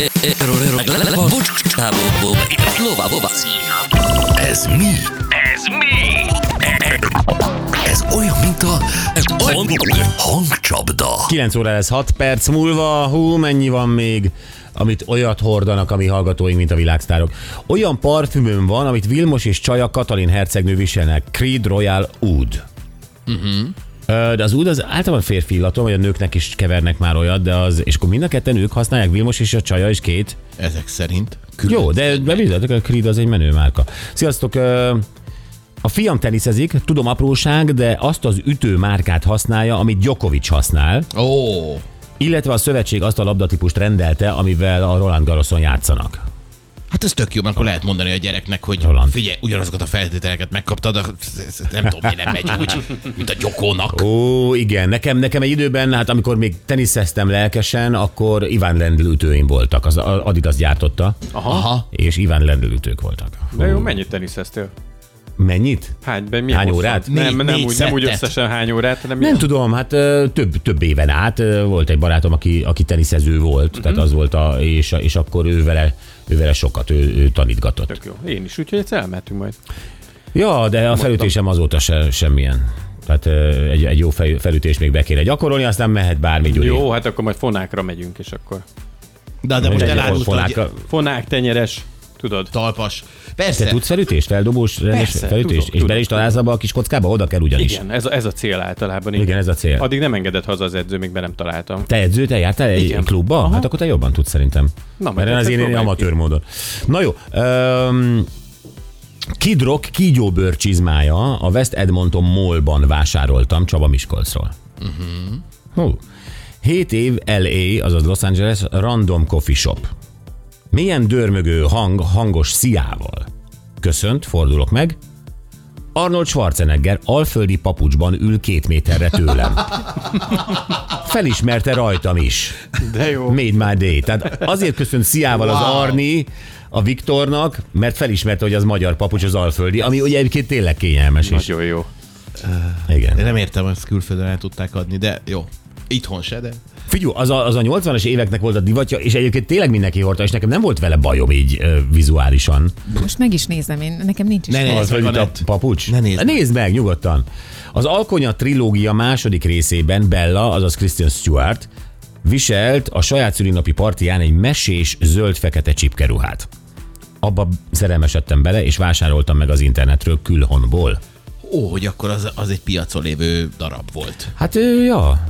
Ez mi? Ez olyan, mint a hangcsapda. 9 óra lesz 6 perc múlva. Mennyi van még, amit olyat hordanak a mi hallgatóink, mint a világsztárok. Olyan parfümöm van, amit Vilmos és Csaja Katalin hercegnő viselnek. Creed Royal Oud. De az Oud az általában férfi illatom, vagy a nőknek is kevernek már olyat, de az, és akkor mind a ketten ők használják, Vilmos és a Csaja, és két. Ezek szerint. Jó, de bizony, a Creed az egy menő márka. Sziasztok! A fiam teniszezik, tudom apróság, de azt az ütőmárkát használja, amit Djokovic használ. Illetve a szövetség azt a labdatípust rendelte, amivel a Roland Garroson játszanak. Hát ez tök jó, mert akkor lehet mondani a gyereknek, hogy figyelj, ugyanazokat a feltételeket megkaptad, de nem tudom, mi nem megy úgy, mint a Gyokónak. Ó, igen, nekem egy időben, hát amikor még teniszeztem lelkesen, akkor Ivan Lendl ütőim voltak. Az Adidas gyártotta. Aha. És Ivan Lendl ütők voltak. De jó, mennyit teniszeztél? Mennyit? Hány órát? Nem úgy összesen hány órát, hanem nem tudom, hát több éven át volt egy barátom, aki teniszező volt, tehát az volt, és akkor ő vele sokat, ő tanítgatott. Tök jó. Én is, úgyhogy egyszer elmehetünk majd. Ja, de a felütésem azóta semmilyen. Tehát egy jó felütés még be kéne gyakorolni, aztán mehet bármi, Gyuri. Jó, hát akkor majd fonákra megyünk, és akkor... De most elárultad, hogy... Fonák, tenyeres, tudod. Talpas. Persze. Te tudsz felütést, feldobós, rendes felütést? És bele is találsz abba a kis kockába? Oda kell ugyanis. Igen, ez a cél általában. Igen, ez a cél. Addig nem engedett haza az edző, még be nem találtam. Te edző, te jártál egy klubba? Aha. Hát akkor te jobban tudsz szerintem. Na, mert az én amatőr módon. Na jó. Kid Rock kígyóbőr-csizmája a West Edmonton Mallban vásároltam Csaba Miskolcról. 7 év LA, azaz Los Angeles Random Coffee Shop. Milyen dörmögő hangos sziával. Köszönt, fordulok meg. Arnold Schwarzenegger alföldi papucsban ül 2 méterre tőlem. Felismerte rajtam is. De jó. Made my day. Tehát azért köszönt sziával az Arni a Viktornak, mert felismerte, hogy az magyar papucs, az alföldi, ami ugye egyébként tényleg kényelmes is. Nagyon jó. Igen. De nem értem, hogy ezt külföldön el tudták adni, de jó. Itthon se, de... Figyelj, az a 80-as éveknek volt a divatja, és egyébként tényleg mindenki hordta, és nekem nem volt vele bajom így vizuálisan. Most meg is nézem, nekem nincs is. Az, hogy itt a papucs? Ne nézd meg, nyugodtan. Az Alkonya trilógia második részében Bella, azaz Kristen Stewart viselt a saját szülinapi partiján egy mesés zöld-fekete csipkeruhát. Abba szerelmesedtem bele, és vásároltam meg az internetről külhonból. Hogy akkor az egy piacon lévő darab volt. Hát, ja.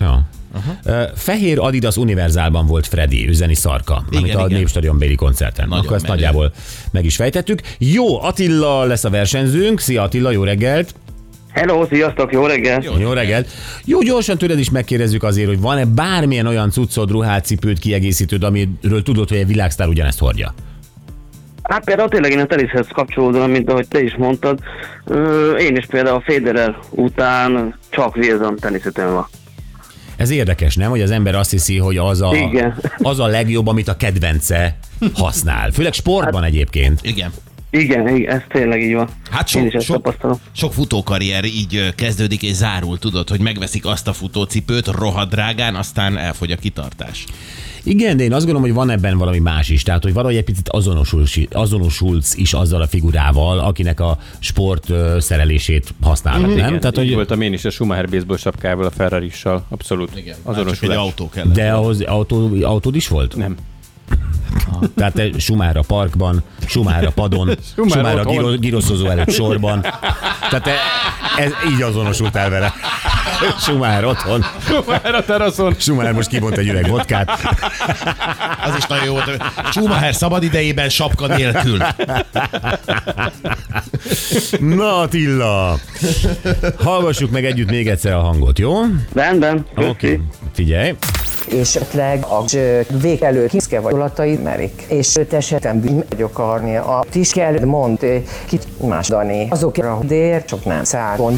Fehér Adidas Univerzálban volt Freddy, üzeni szarka, amit a Népstadionbéli koncerten. Nagyon akkor ezt nagyjából meg is fejtettük. Jó, Attila lesz a versenyzőnk. Szia Attila, jó reggelt! Hello, sziasztok, jó reggelt! Jó reggelt! Jó, gyorsan tőled is megkérdezzük azért, hogy van-e bármilyen olyan cuccod, ruhát, cipőt, kiegészítőd, amiről tudod, hogy egy világsztár ugyanezt hordja? Hát például tényleg én a teniszhez kapcsolódom, mint ahogy te is mondtad. Én is például a Federer után csak Wilson teniszütőm van. Ez érdekes, nem? Hogy az ember azt hiszi, hogy az a legjobb, amit a kedvence használ. Főleg sportban egyébként. Igen, ez tényleg így van. Hát sok futókarrier így kezdődik és zárul, tudod, hogy megveszik azt a futócipőt rohadt drágán, aztán elfogy a kitartás. Igen, de én azt gondolom, hogy van ebben valami más is. Tehát, hogy valahogy egy picit azonosulsz is azzal a figurával, akinek a sport szerelését használnak, nem? Igen, Tehát, hogy voltam én is a Schumacher baseball sapkával, a Ferrarissal, abszolút. Igen, azonosulás. egy autó kellett. De ahhoz autód is volt? Nem. Tehát te Schumacher a parkban, Schumacher a padon, Schumacher a giroszozó előtt sorban. Tehát te így azonosultál vele. Schumacher otthon. Schumacher a teraszon. Schumacher most kibont egy üveg vodkát. Az is nagyon jó volt. Schumacher szabadidejében sapka nélkül. Na Attila, hallgassuk meg együtt még egyszer a hangot, jó? Rendben. Oké, figyelj. És esetleg a vég előtt kiszke vagy olatai merik. És öt esetben vagyok arni. A tis kell mond kit másdani. Azokra a dér csak nem szágond.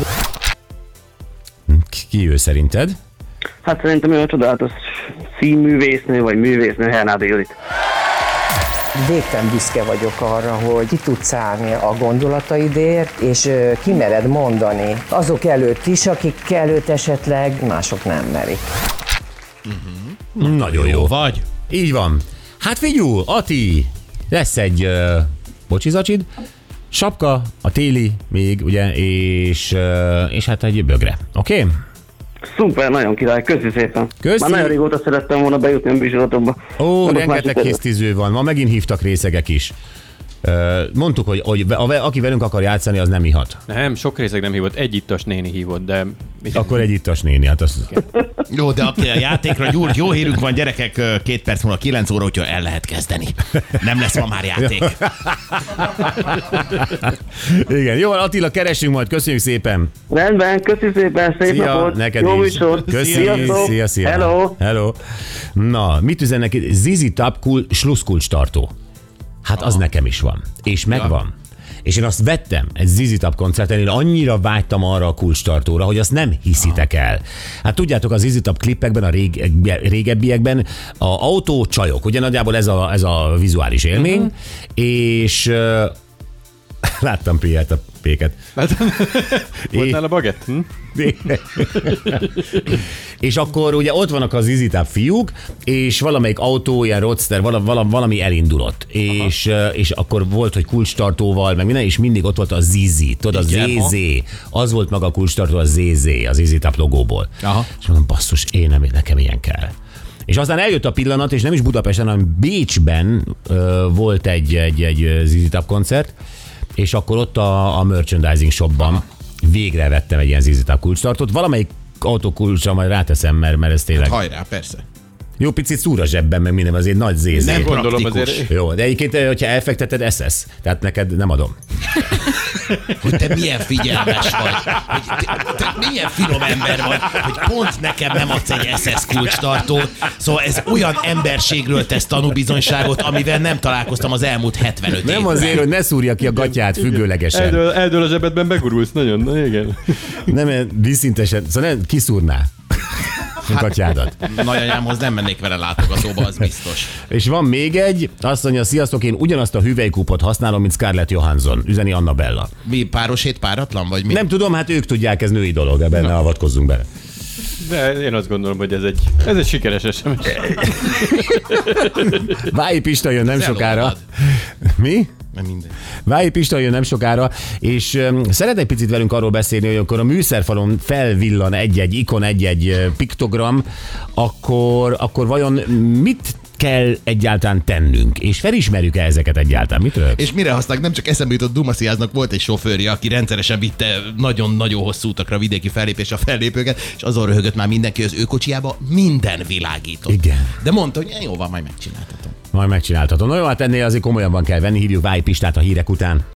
Ki ő szerinted? Hát szerintem ő a csodálatos színművésznő vagy művésznő Hernádi Judit. Végtelen büszke vagyok arra, hogy ki tudsz állni a gondolataidért, és kimered mondani azok előtt is, akik előtt esetleg mások nem merik. Nagyon jó. Vagy? Így van. Hát figyú, Ati, lesz egy bocsizacsid, sapka, a téli még, ugye, és hát egy bögre. Oké? Okay? Szuper, nagyon király, köszi szépen. Köszi. Már nagyon régóta szerettem volna bejutni a műsorotokba. Ó, rengeteg hisztiző van, ma megint hívtak részegek is. Mondtuk, hogy aki velünk akar játszani, az nem ihat. Nem, sok részeg nem hívott, egy ittas néni hívott, de... Akkor egy ittas néni, hát az... Jó, de aki a játékra gyúrt, jó hírünk van, gyerekek, 2 perc múlva 9 óra, hogyha el lehet kezdeni. Nem lesz ma már játék. Igen, jó, Attila, keressünk majd, köszönjük szépen. Rendben, köszi szépen, szép Szia, napot, neked jó is. műsor. Köszi, szia. Hello. Hello. Na, mit üzen neki? ZZ Top Schlusskulcs tartó. Hát az nekem is van. És megvan. És én azt vettem egy ZZ Top koncerten, én annyira vágytam arra a kulcstartóra, hogy azt nem hiszitek el. Hát tudjátok, az ZZ Top klippekben, a régebbiekben a autó csajok, ugye nagyjából ez a vizuális élmény, és láttam a péket. Volt nála bagett? És akkor ugye ott vannak az ZZ Top fiúk, és valamelyik autó, ilyen roadster, valami elindulott. És akkor volt, hogy kulcstartóval, meg minden, és mindig ott volt a ZZ, tudod, a ZZ. Az volt maga a kulcstartó, a ZZ, az ZZ Top logóból. Aha. És mondom, basszus, nekem ilyen kell. És aztán eljött a pillanat, és nem is Budapesten, hanem Bécsben volt egy ZZ Top koncert, és akkor ott a merchandising shopban végre vettem egy ilyen ZZ Top kulcstartót. Valamelyik autókulcsra majd ráteszem, mert ez tényleg... Hát hajrá, persze. Jó, picit szúr a zsebben, meg minden, azért nagy ZZ. Nem Gondolom praktikus. azért. Jó, de egyébként, hogyha elfekteted, SS. Tehát neked nem adom. Hogy te milyen figyelmes vagy, hogy te milyen finom ember vagy, hogy pont nekem nem adsz egy SS kulcstartót. Szóval ez olyan emberségről tesz tanúbizonyságot, amivel nem találkoztam az elmúlt 75 évben. Nem azért, hogy ne szúrja ki a gatyát függőlegesen. Eldől a zsebedben begurulsz, nagyon, na igen. Nem, vízszintesen, szóval nem kiszúrná a gatyádat. Nagyanyámhoz nem mennék vele látogatóba, az biztos. És van még egy, azt mondja, sziasztok, én ugyanazt a hüvelykúpot használom, mint Scarlett Johansson, üzeni Annabella. Mi párosét páratlan, vagy mi? Nem tudom, hát ők tudják, ez női dolog, ebben ne avatkozzunk bele. De én azt gondolom, hogy ez egy sikeres SMS. Vályi Pista jön nem sokára. Elolvad. Mi? Nem minden. Vályi Pista jön nem sokára, és szeret egy picit velünk arról beszélni, hogy akkor a műszerfalon felvillan egy-egy ikon, egy-egy piktogram, akkor vajon mit kell egyáltalán tennünk, és felismerjük-e ezeket egyáltalán? Mitől? És mire használják, nem csak eszembe jutott, Dumaszijáznak volt egy sofőrje, aki rendszeresen vitte nagyon-nagyon hosszú utakra vidéki fellépésre a fellépőket, és azon röhögött már mindenki, hogy az ő kocsijába minden világított. Igen. De mondta, hogy jó van, majd megcsináltatom. Majd megcsináltatom. Na jó, hát ennél azért komolyabban kell venni, hívjuk Vályi Pistát a hírek után.